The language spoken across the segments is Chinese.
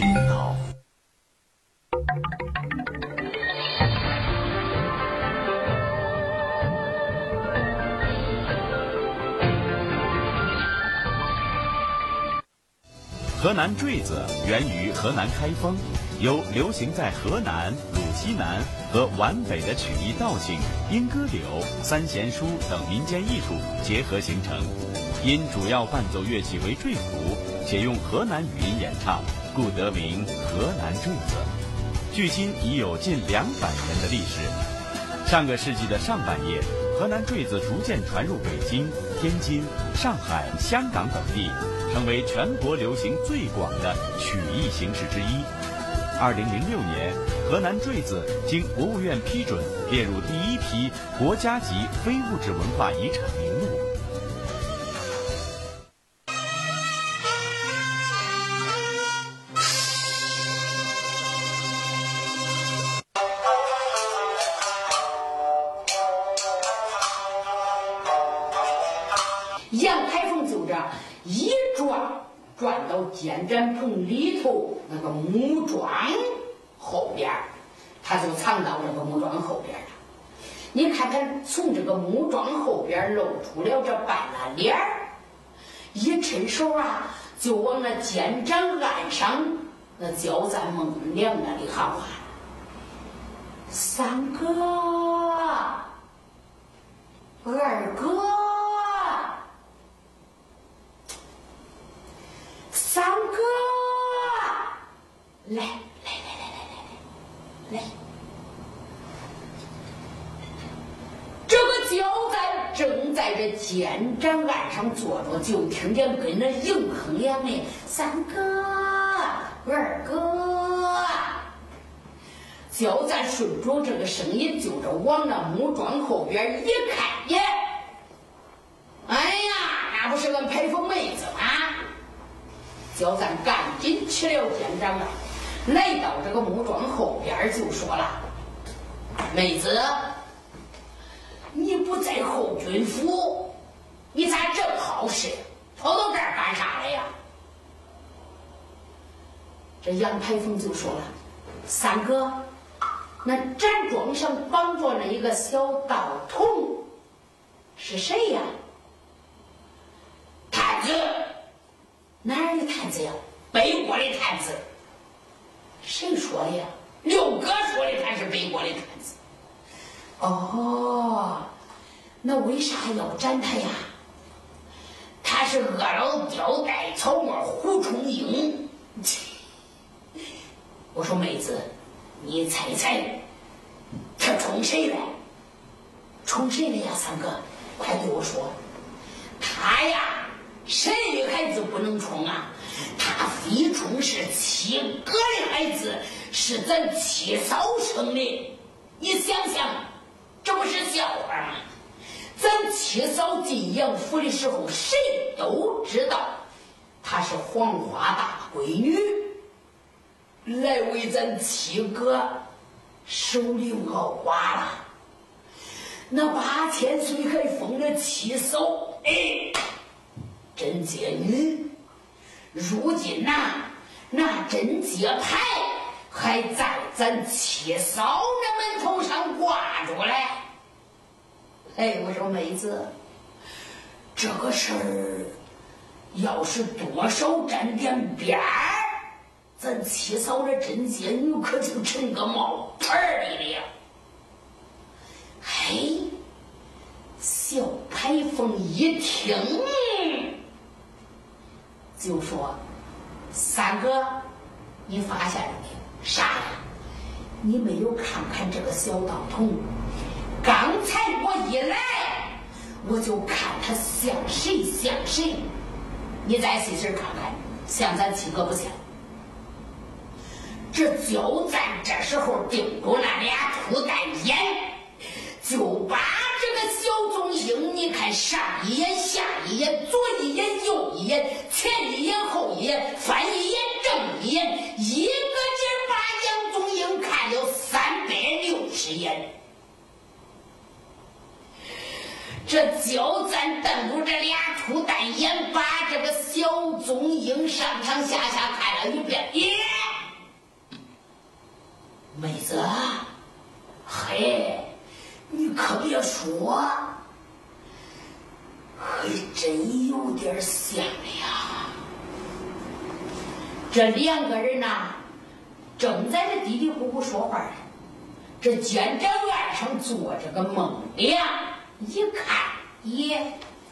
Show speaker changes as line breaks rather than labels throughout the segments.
频道。河南坠子源于河南开封，由流行在河南、鲁西南和皖北的曲艺道性、莺歌柳、三弦书等民间艺术结合形成。因主要伴奏乐器为坠胡，且用河南语音演唱，故得名河南坠子。距今已有近200年的历史。上个世纪的上半叶，河南坠子逐渐传入北京、天津、上海、香港等地，成为全国流行最广的曲艺形式之一。2006年，河南坠子经国务院批准列入第一批国家级非物质文化遗产名录。
杨开凤就这一转到监斩棚里头那个木桩后边，他就藏到这个木桩后边了。你看看，从这个木桩后边露出了这半拉脸儿，一伸手啊，就往那监斩案上那焦赞孟良那里喊话：“三哥，二哥。”三哥，来，这个焦赞正在这监斩案上坐着，就听见跟那迎哼两的三哥、二哥。焦赞顺着这个声音，就着往那木桩后边一看耶，哎呀，那不是俺排风妹子吗？焦赞赶紧起了监斩啊，来到这个木桩后边就说了：“妹子，你不在后军府，你咋正好事跑到这儿干啥来呀？”这杨排风就说了：“三哥，那毡桩上绑着那一个小道童是谁呀？”探子。哪儿的探子呀？北国的探子。谁说的呀？六哥说的，他是北国的探子。哦，那为啥要斩他呀？他是恶老刁带草沫胡冲英。我说妹子，你猜一猜，他冲谁来？冲谁来呀？三哥，快对我说。他呀，谁的孩子不能冲啊？他非冲是七哥的孩子，是咱七嫂生的。你想想，这不是笑话吗？咱七嫂进杨府的时候，谁都知道她是黄花大闺女，来为咱七哥守灵熬花了。那8000岁还封了七嫂，贞洁女，如今那贞洁牌还在咱七嫂那门头上挂着嘞。我说妹子，这个事儿要是多少沾点边儿，咱七嫂这贞洁女可就成个冒牌里的呀。小排风一听就说：“三哥，你发现了没有？啥呀？你没有看看这个小道童？刚才我一来，我就看他像谁。你再细细看看，像咱七哥不像？这焦赞这时候盯住那俩秃蛋眼，就把这个小宗英，你看上一眼下一眼，左一眼右一眼，前一眼后一眼，翻一眼正一眼，一个劲儿把杨宗英看了360眼。这焦赞瞪住这俩秃蛋眼，把这个小宗英上上下下看了一遍， 说，还真有点像了呀。这两个人呐，正在这嘀嘀咕咕说话呢。这监斩院上坐着个孟良，一看，耶，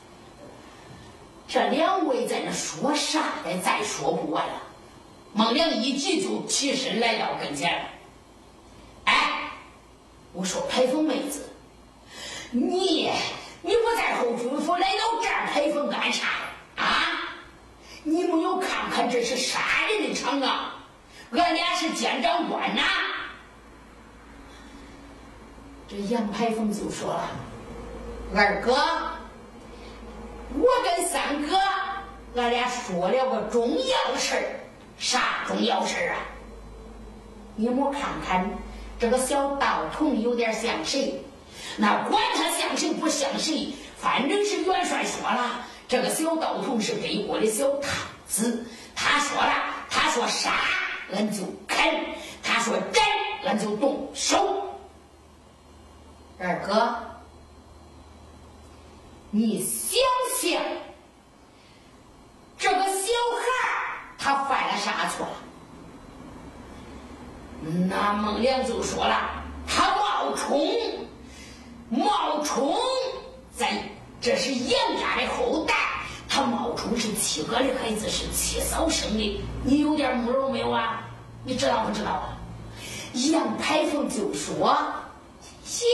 这两位在那说啥呢？再说不完了。孟良一急就起身来到跟前了。哎，我说排风妹子，你不在后军府来到这儿排风干啥啊？你没有看看这是杀人的场啊？俺俩是监长官呐。这杨排风就说了：“二哥，我跟三哥，俺俩说了个重要事儿。啥重要事儿啊？你没看看这个小道童有点像谁？那管他像谁不像谁，反正是元帅说了，这个小道童是北国的小探子。他说了，他说杀俺就砍，他说斩俺就动手。二哥，你想想，这个小孩他犯了啥错了？那孟良就说了，他冒充在这是杨家的后代，他冒充是七哥的孩子，是七嫂生的。你有点目容没有啊？你知道不知道啊？杨排风就说：“谢。”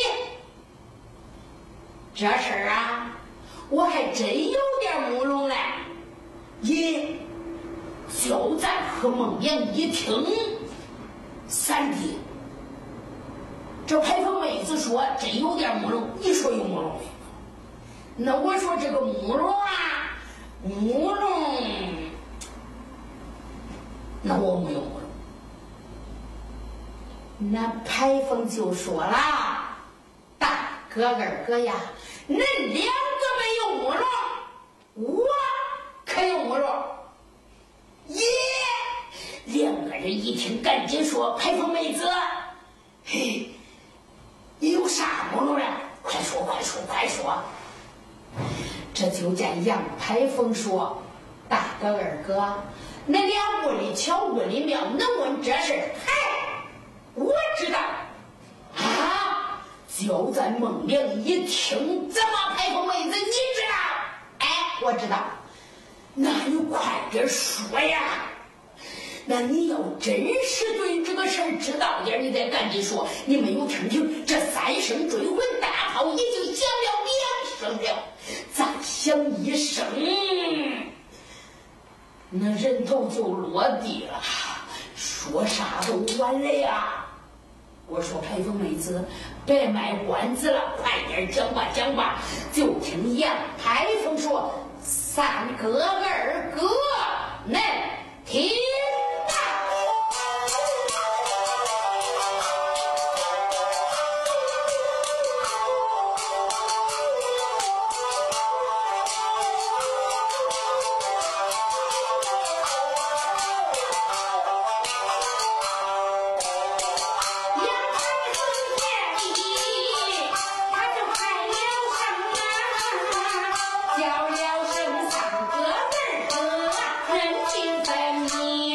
这事儿啊，我还真有点目容嘞。耶，就在和孟良一听，三弟，这排风妹子说真有点目容，你说有目容没？那我说这个目容啊，目容，那我没有目容。那排风就说了：“大哥二哥呀，恁两个没有目容，我可有目容。”耶！两个人一听，赶紧说：“排风妹子，嘿，你有啥目容呀？快说，快说，快说！”这就见杨排风说：“大哥二哥，恁俩问里巧，问里妙，能问这事儿？嗨，我知道。啊！”就在孟良一听，怎么排风妹子你知道？哎，我知道。那你快点说呀！那你要真是对这个事儿知道点，你再赶紧说。你没有听听，这3声追魂大炮已经响了2声了，再响1声，那人头就落地了，说啥都晚了呀。我说排风妹子，别卖关子了，快点讲吧讲吧。就听杨排风说：“三哥二哥，恁听吧。”叫了声三哥二哥，人情分明。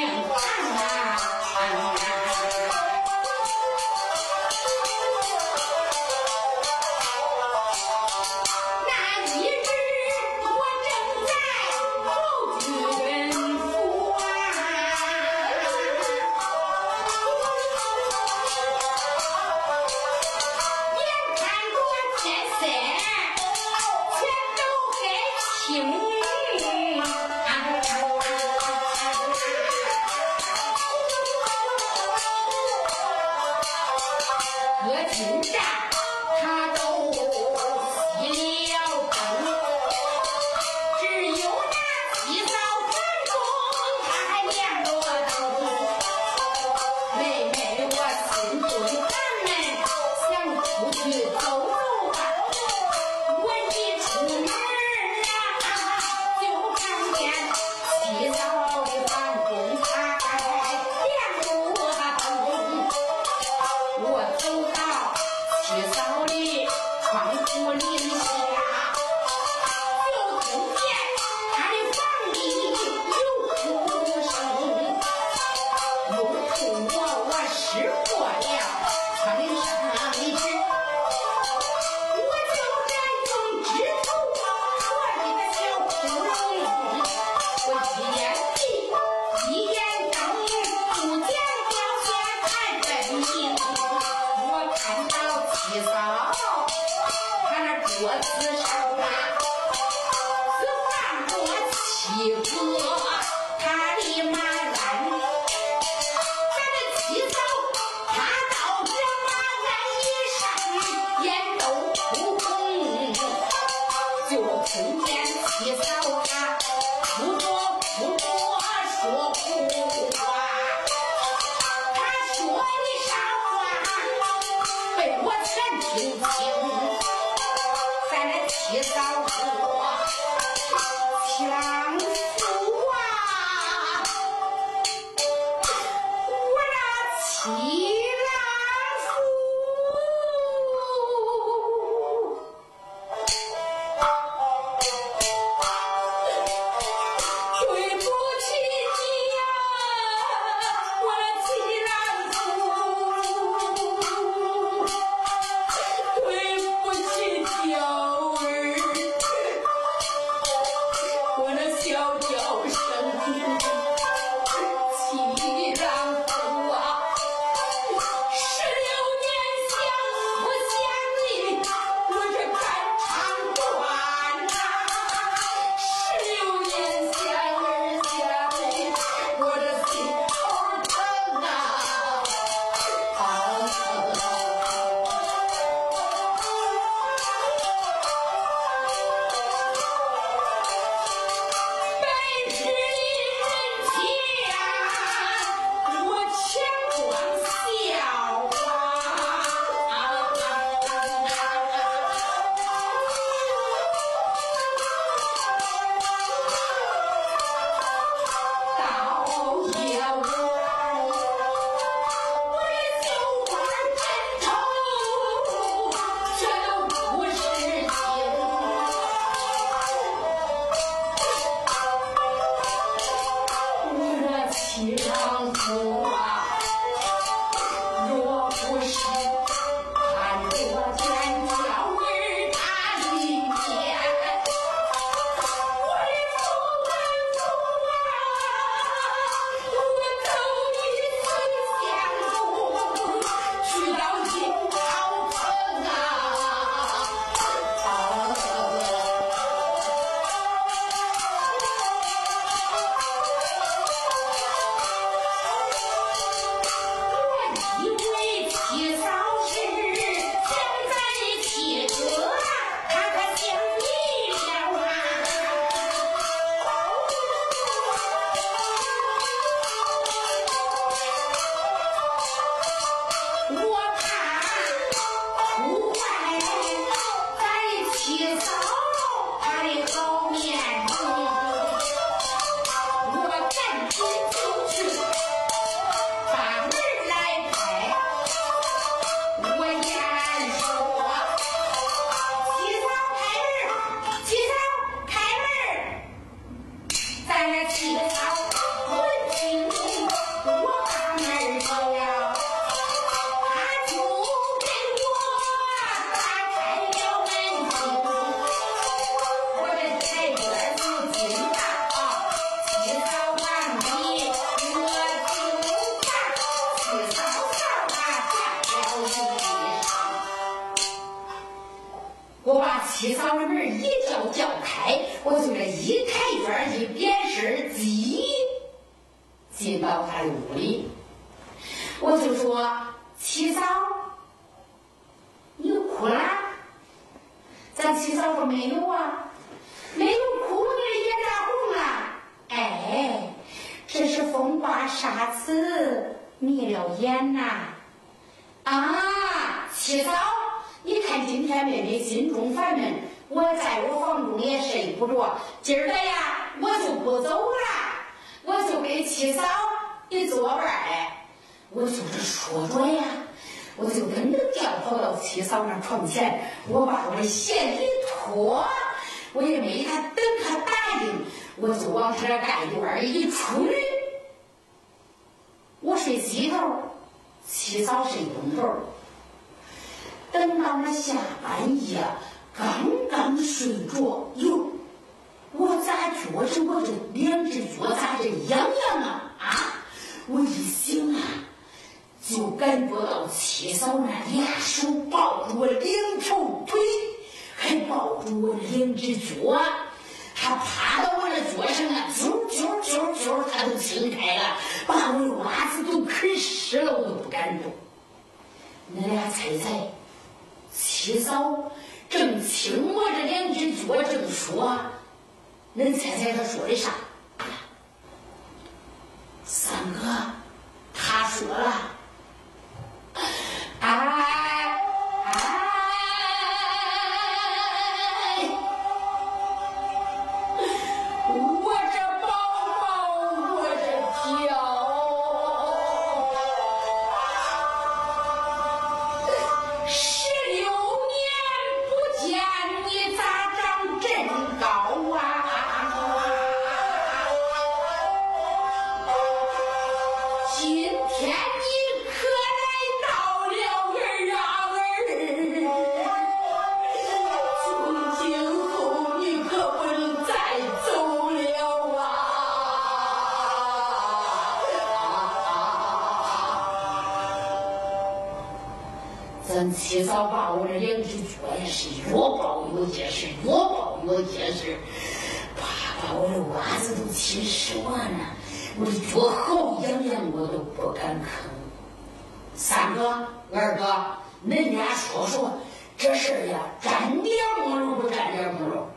我把七嫂的门一叫开，我就这一抬脚一变身进到他的屋里。我就说：“七嫂，你哭了？”咱七嫂说：“没有啊，没有哭，你的眼咋红了？”哎，这是风刮沙子迷了眼呐！啊，七嫂。你看今天妹妹心中烦闷，我在我房中也睡不着。今儿个呀，我就不走了，我就给七嫂你作伴来。我就是说着呀，我就跟着调跑到七嫂那床前，我把我的鞋一脱，我也没他等他答应，我就往他盖院一出去。我睡西头，七嫂睡东头。等到那下半夜，刚睡着，哟，我咋觉着我这两只脚咋这痒痒啊？我一醒啊，就感觉到七嫂那俩手抱住我两条腿，还抱住我的两只脚，还趴到我的脚上啊，啾，他都撑开了，把我的袜子都啃湿了，我都不敢动。你俩猜，七嫂正亲我这两只脚正说，恁猜他说的啥？三哥，他说了，我这宝宝，我这脚， 天，你可来到了儿啊儿！从今后你可不能再走了啊！咱七嫂把我这两只脚也是越抱越结实，越抱越结实，把我的袜子都气湿完了，我的脚好痒痒，我都不敢吭。三哥、二哥，恁俩说说这事儿呀，沾点木头不沾点木头？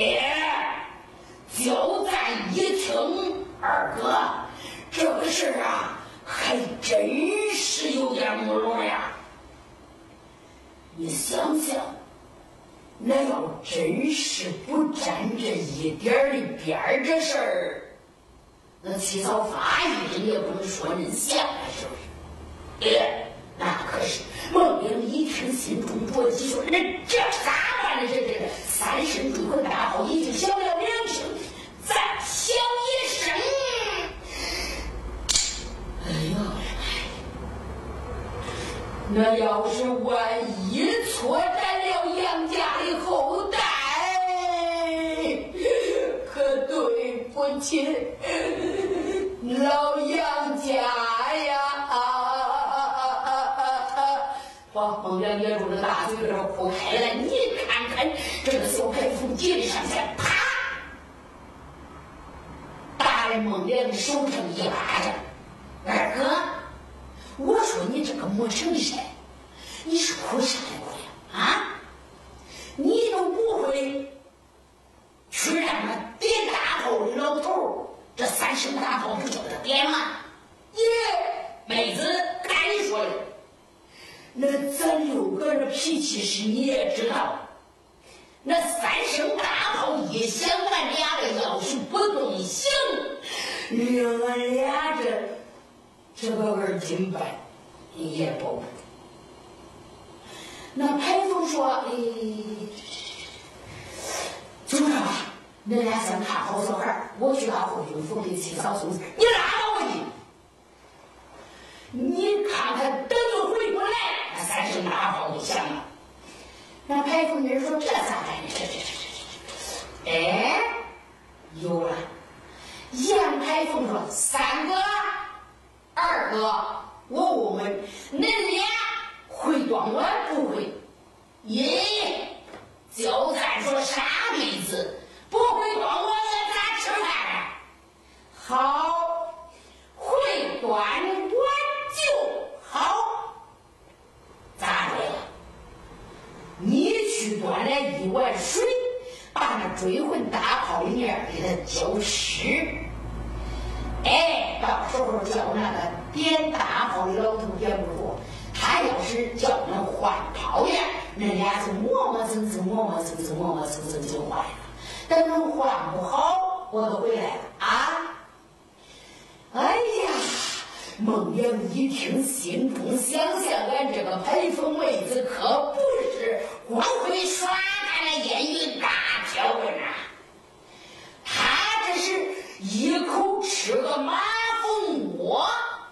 就咱一听，二哥，这个事儿啊，还真是有点木头呀。你想想，那要真是不沾这一点的边儿，这事儿，那七嫂法医人也不能说人瞎了，是不是？那可是孟玲一听，心中着急，说：“这咋办呢？这三声追魂大炮已经响了2声，再响1声，哎呀！那要是万一错斩了杨家的后代，可对不起老杨家呀！”孟良捏住了大嘴脸哭开了。你看看这个小排风急里上前，啪打在孟良的手上一巴掌。二哥，我说你这个没成身，你是哭啥哭呀？啊，你都不会去让那点大炮的老头这3声大炮不叫他点吗？妹子该说的，那咱6个人脾气是你也知道，那3声大炮一响完，俩人要是不动刑，俺俩这个2斤半也保不住。那排风说：“就这吧，恁俩先看好小孩，我去到后军府给七嫂送信。你拉倒吧你！你看看，等你回过来，那3声大炮就响了。”那排风人说：“这咋办呢？有了。”杨排风说：“三哥、二哥，我问问，恁俩会端碗不会？就咱说傻妹子不会端碗，咱咋吃饭啊？好，会端碗就好。咋的呀？你去端来1碗水，把那追魂大炮里面给它浇湿。到时候叫那个点大炮的老头点不住，他要是叫那换炮员，那俩就磨磨蹭蹭就坏了。等能换不好，我都回来了啊！哎呀，孟良一听，心中想想，俺这个排风妹子可不是光会耍他那烟云大飘啊，他这是一口吃个马蜂窝。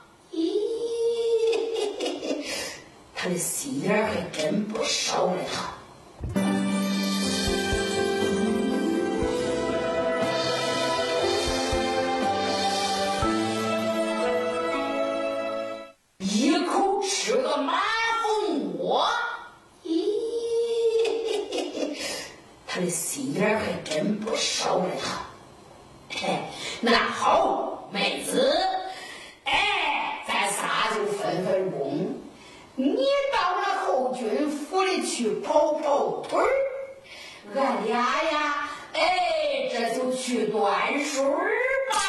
他的心眼还真不少了他。一口吃个马蜂窝，他的心眼还真不少了他。那好，妹子，咱仨就分分工。你到那后军府里去跑跑腿儿，俺俩呀，这就去端水吧。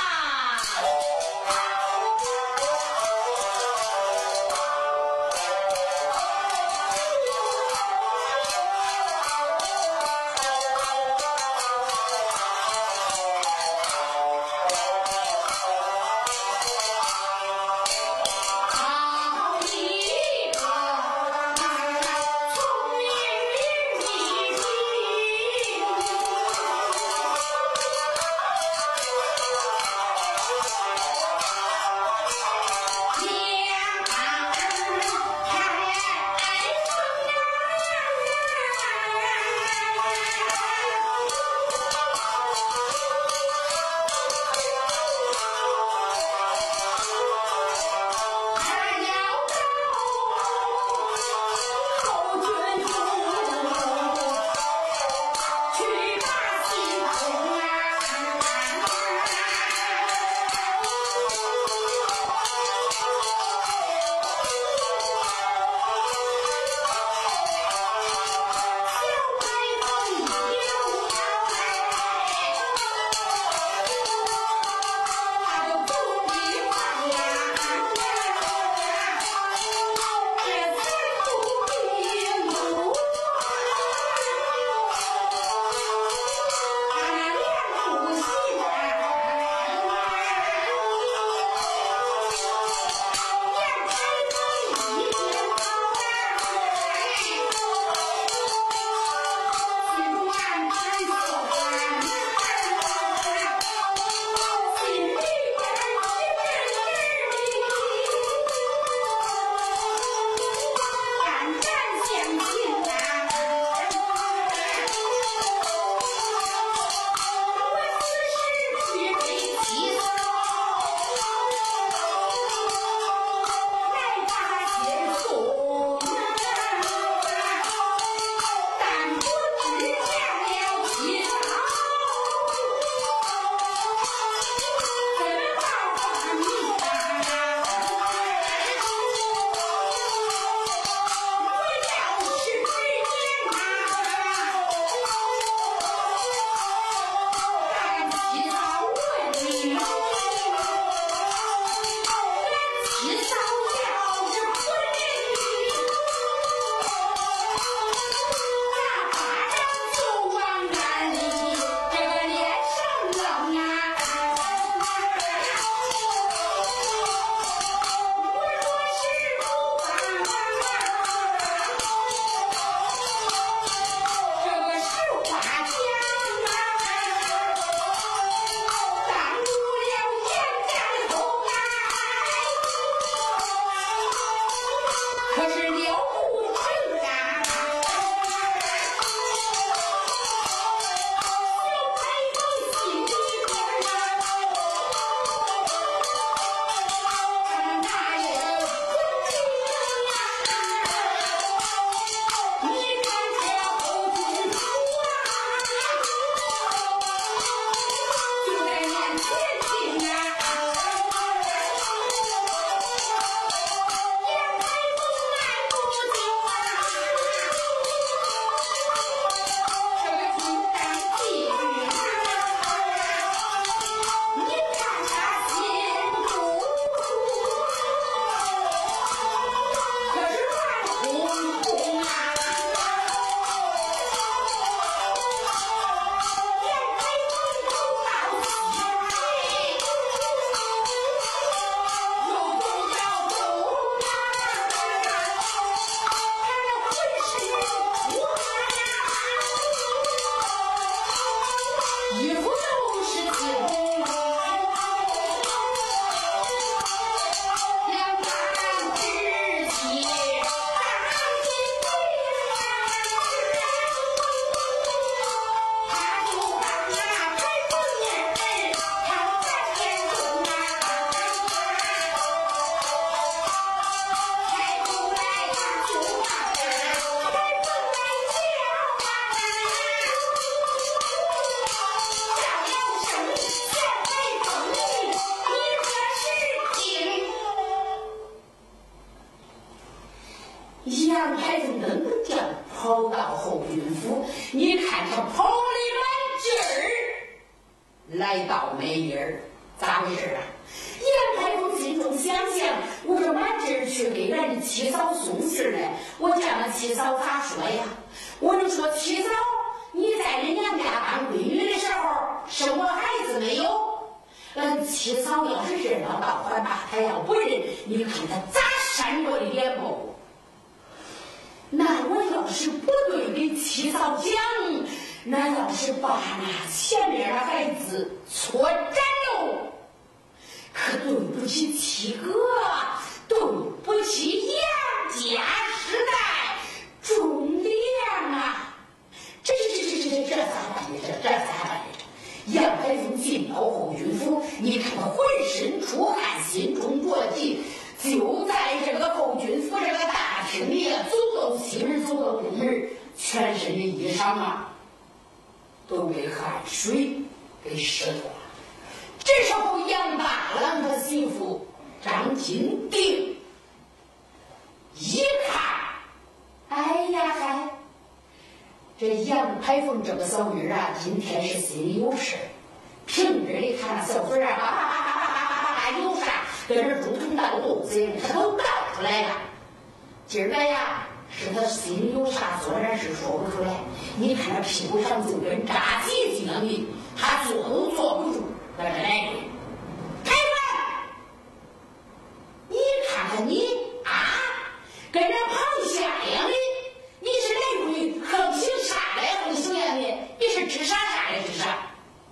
杨开凤蹬蹬脚跑到后军府，你看他跑的满劲儿，来到梅林儿，咋回事啊？杨开凤心中想想，我这满劲儿去给俺的七嫂送信来，我叫俺七嫂咋说呀？我就说七嫂，你在人娘家当闺女的时候生过孩子没有？俺七嫂要是认了倒还罢，他要不认，你看他咋扇我的脸不？那我要是不对给七嫂讲，那要是把那前面的孩子错斩喽，可对不起七哥，对不起杨家时代忠良啊！这咋办呢？这咋办呢？杨开凤进到后军府，你看他浑身出汗，心中着急，就在这个后军府这个大厅里走到西门，走到东门，全身的衣裳啊都被汗水给湿脱了。这时候杨大郎他媳妇张金定一看，哎呀嗨，这杨开凤这个小女啊，今天是心里有事。平日里看那小嘴啊，有啥跟这猪头闹肚子，他都闹出来了。今儿个呀，是他心里有啥，虽然是说不出来。你看他屁股上就跟扎结一样的，他坐都坐不住，在这来回。开饭，你看看你啊，跟人螃蟹一样的，你是来回横行啥来横行样的？你是吃啥来吃啥？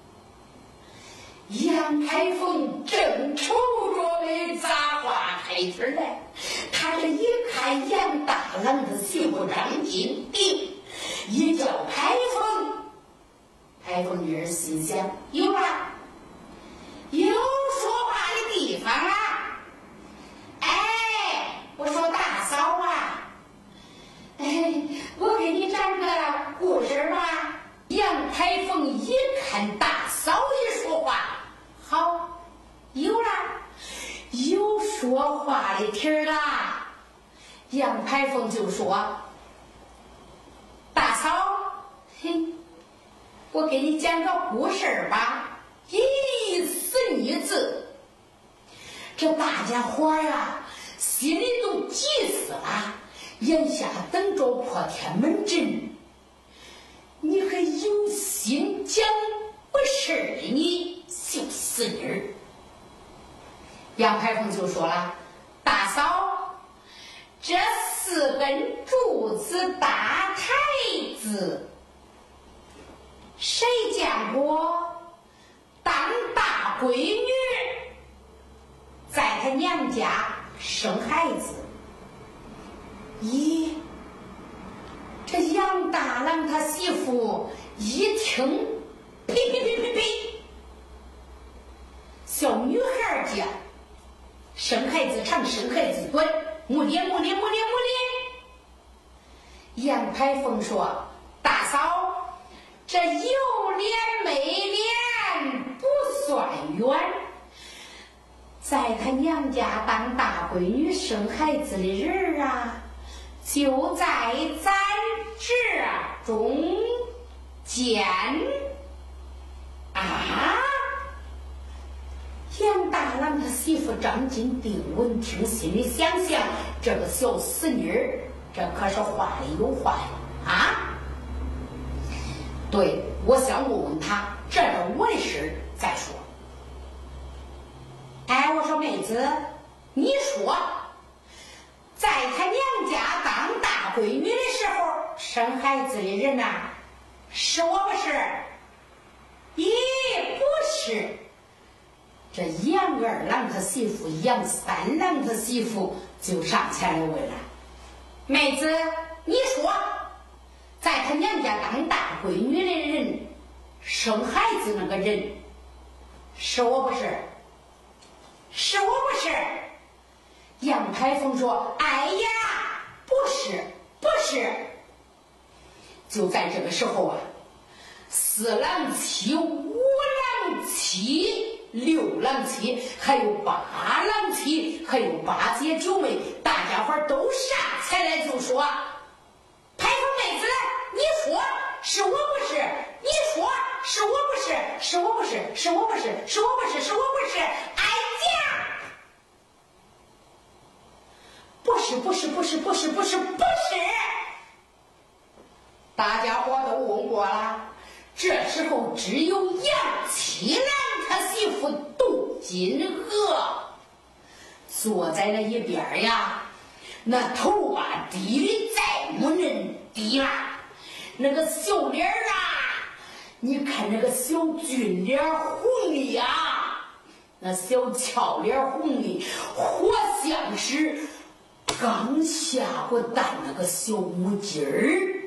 杨开凤正愁着没咋话开嘴来，他这一看杨大郎的媳妇张金定，一叫开凤，开凤女儿心想：有啊，有说话的地方啊！哎，我说大嫂啊，哎，我给你讲个故事吧。杨开凤一看大嫂一说话，好，有了，有说话的题儿啦。杨开凤就说：“大嫂，嘿，我给你讲个故事吧，一词一字。这大家伙呀，心里都急死了，眼下等着破天门阵。你还有心讲不是的，你就死妮儿。”杨开凤就说了：“大嫂，这4根柱子大台子，谁见过当大闺女在她娘家生孩子？”咦，这杨大郎他媳妇一听，呸呸呸呸呸，小女孩家生孩子长生孩子短，母脸。杨开凤说：“大嫂，这有脸没脸不算远，在他娘家当大闺女生孩子的人啊，就在咱这中间啊！”杨大郎他媳妇张金定闻听，心里想想，这个小死妮儿，这可是话里有话呀！啊，对，我想问问他，这是我的事再说。哎，我说妹子，你说，在他娘家当大闺女的时候生孩子的人呐，是我不是？也不是。这杨二郎他媳妇、杨三郎他媳妇就上前来问了：“妹子，你说，在他娘家当大闺女的人生孩子那个人，是我不是？是我不是？”杨开凤说：“哎呀，不是，不是。”就在这个时候啊，4郎妻、5郎妻、6郎妻，还有8郎妻，还有8姐9妹，大家伙都上前来就说：“排风妹子，你说是我不是？你说是我不是？是我不是？是我不是？是我不是？是我不是？哎呀！不是！大家伙都问过了。这时候只有杨七郎他媳妇杜金娥坐在那一边呀，那头啊低的再没人低了，那个小脸啊，你看那个小俊脸红的呀，那小俏脸红的，活像是刚下过蛋那个小母鸡儿。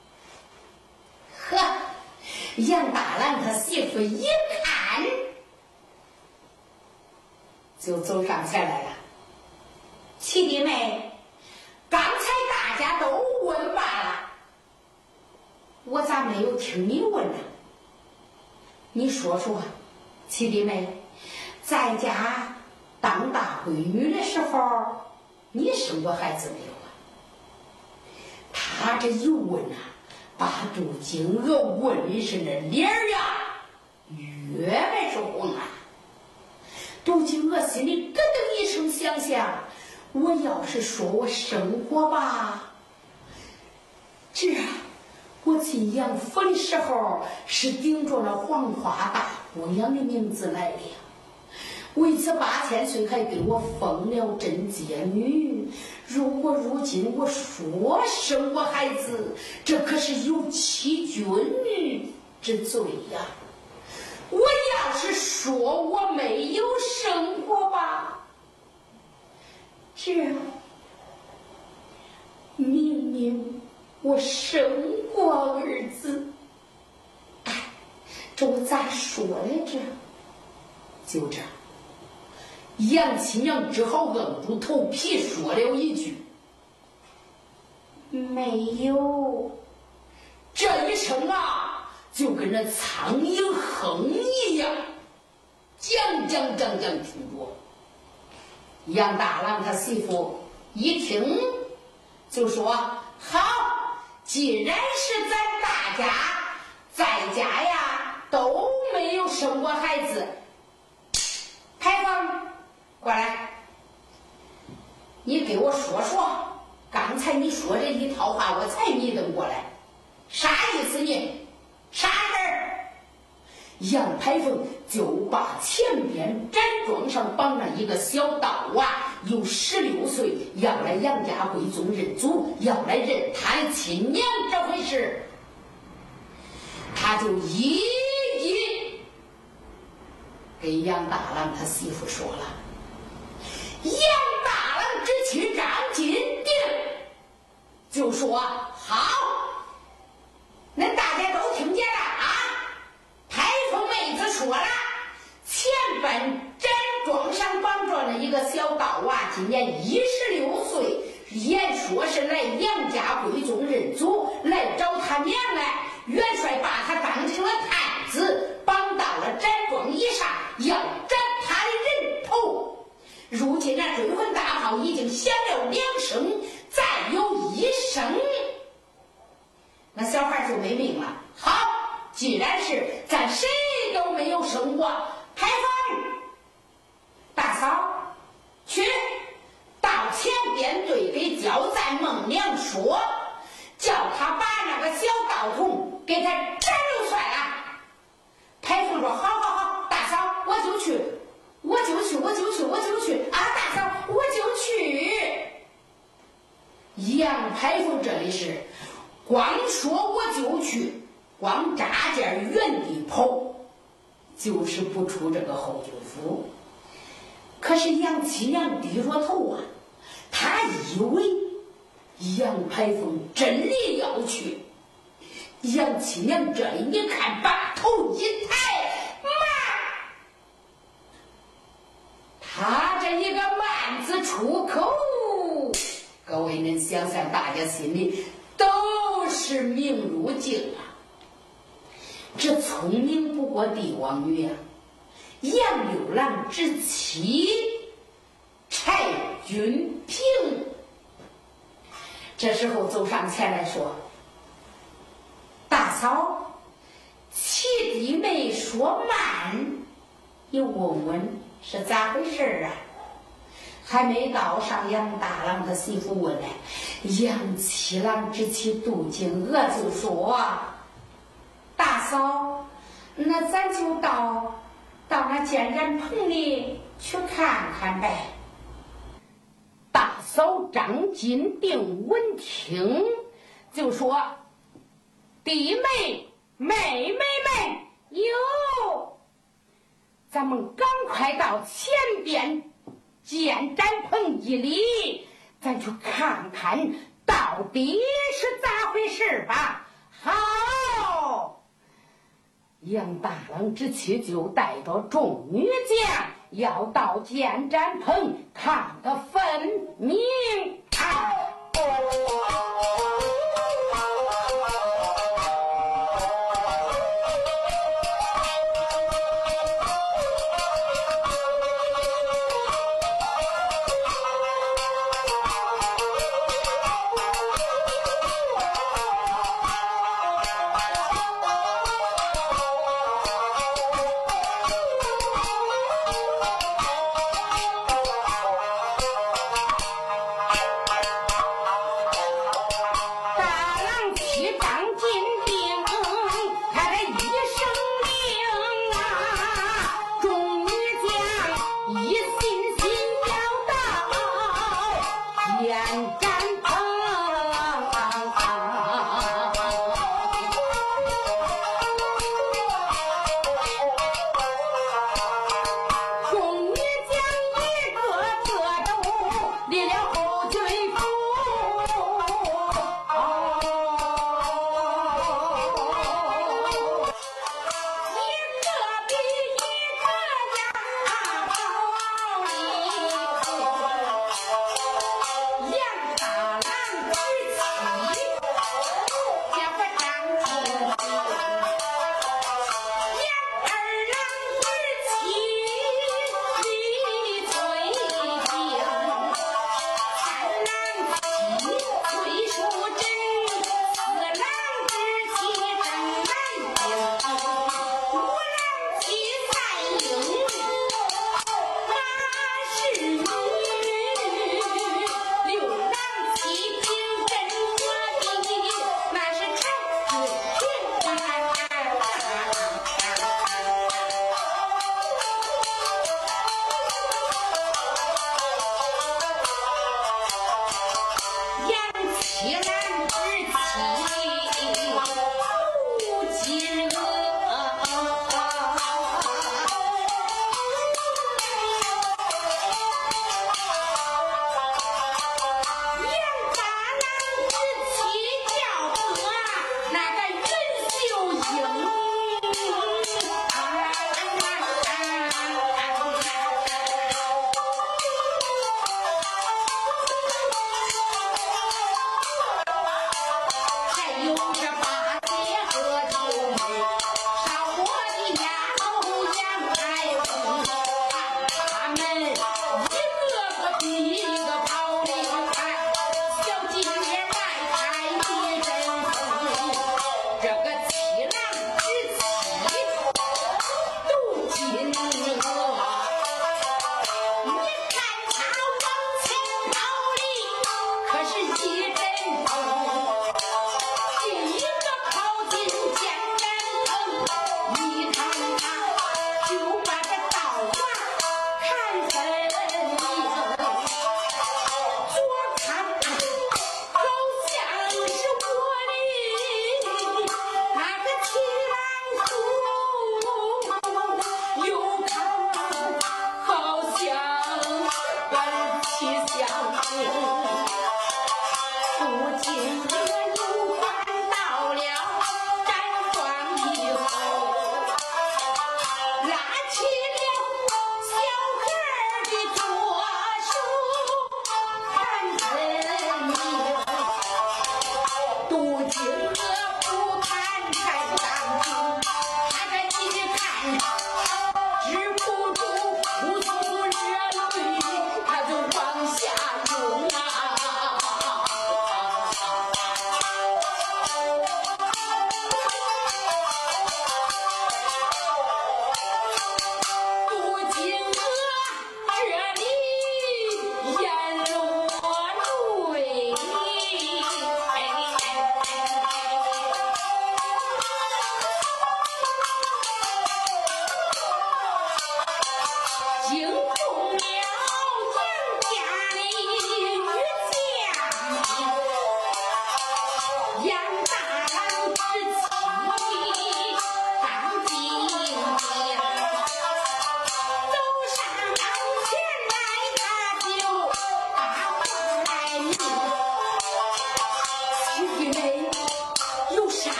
呵，杨大郎他媳妇一看，就走上前来了。七弟妹，刚才大家都问罢了，我咋没有听你问呢？你说说，七弟妹，在家当大闺女的时候，你生过孩子没有啊？他这一问啊，把杜金娥问的是那脸呀越来越红啊。杜金娥心里咯噔一声，想想，我要是说我生过吧，这我进杨府的时候是顶着那黄花大姑娘的名字来的，为此8000岁还给我封了贞洁女。如果如今我说生我孩子，这可是有欺君女之罪呀。我要是说我没有生过吧，这明明我生过儿子，哎，这我咋说来着？就这，杨七娘只好硬住头皮说了一句：“没有。”这一声啊，就跟那苍蝇哼一样，讲听着。杨大郎他媳妇一听就说：“好，既然是咱大家在家呀都没有生过孩子，牌坊过来，你给我说说，刚才你说这一套话，我才迷瞪过来，啥意思你？啥事儿？”杨排风就把前边毡庄上绑了一个小道娃，有16岁，要来杨家贵宗认祖，要来认他的亲娘这回事，他就一给杨大郎他媳妇说了。杨大郎之妻张金定就说：“好，那大家都听见了啊！排风妹子说了，前边毡庄上绑着了一个小道娃，今年16岁，言说是来杨家贵宗认祖，来找他娘来。元帅把他当成了太子，绑到了毡庄以上，要斩他的人头。如今那追魂大炮已经响了2声，再有1声，那小孩就没命了。好，既然是咱谁都没有生过，牌坊大嫂去到前边对给焦赞孟娘说，叫他把那个小道童给他斩了算了。牌坊说：“好，大嫂，我就去啊！大嫂，我就去。”杨排风这里是光说我就去，光扎件原地跑，就是不出这个后军府。可是杨七娘低着头啊，他以为杨排风真的要去。杨七娘这里你看，把头一抬，他这一个慢字出口，各位能想想，大家心里都是明如镜啊。这聪明不过帝王女啊，杨六郎之妻柴君平这时候走上前来说：“大嫂，七弟妹说慢，你问问是咋回事啊？”还没到上杨大郎的媳妇问来，杨七郎直起肚颈额就说：“大嫂，那咱就到那建染棚里去看看呗。”大嫂张金定闻听就说：“弟妹妹妹们哟，咱们赶快到前边建展棚一里，咱去看看到底是咋回事吧。”好，杨大郎之妻就带着众女将要到建展棚看个分明啊！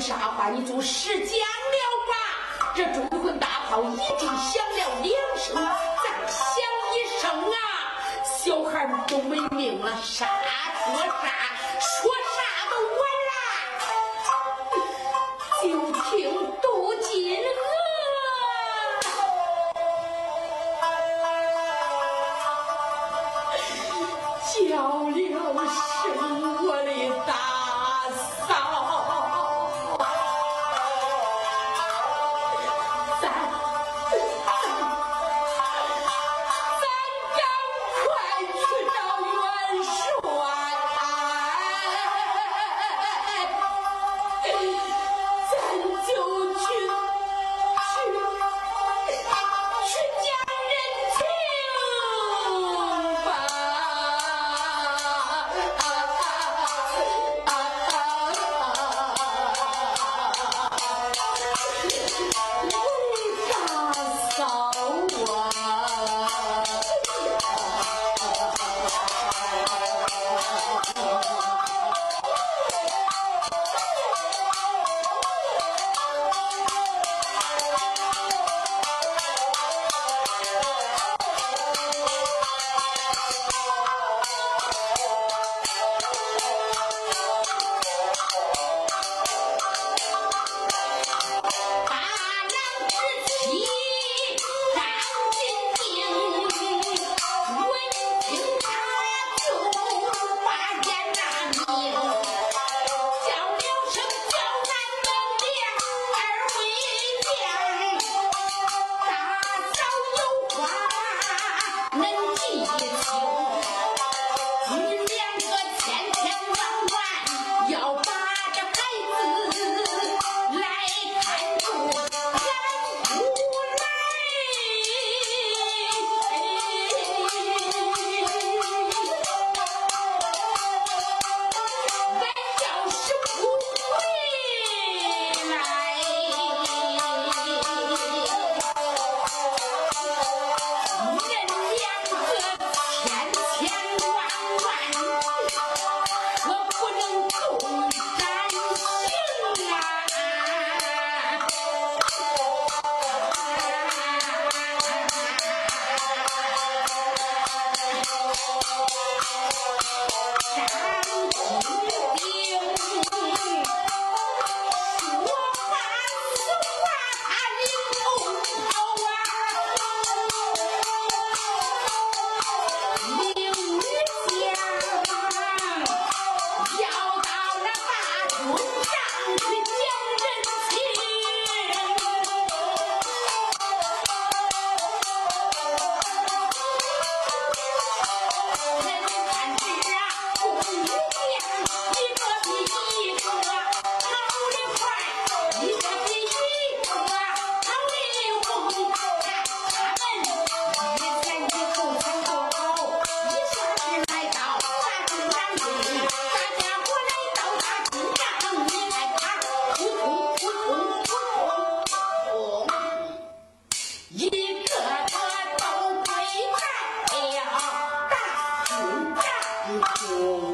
啥话，你就实讲了吧。这忠魂大炮已经响了2声，再响1声啊，小孩们都没命了，啥说啥，说啥都完了。就听杜金娥叫了声我的大嫂，咱赶快去找元帅，咱就去讲人情吧。大嫂
哦。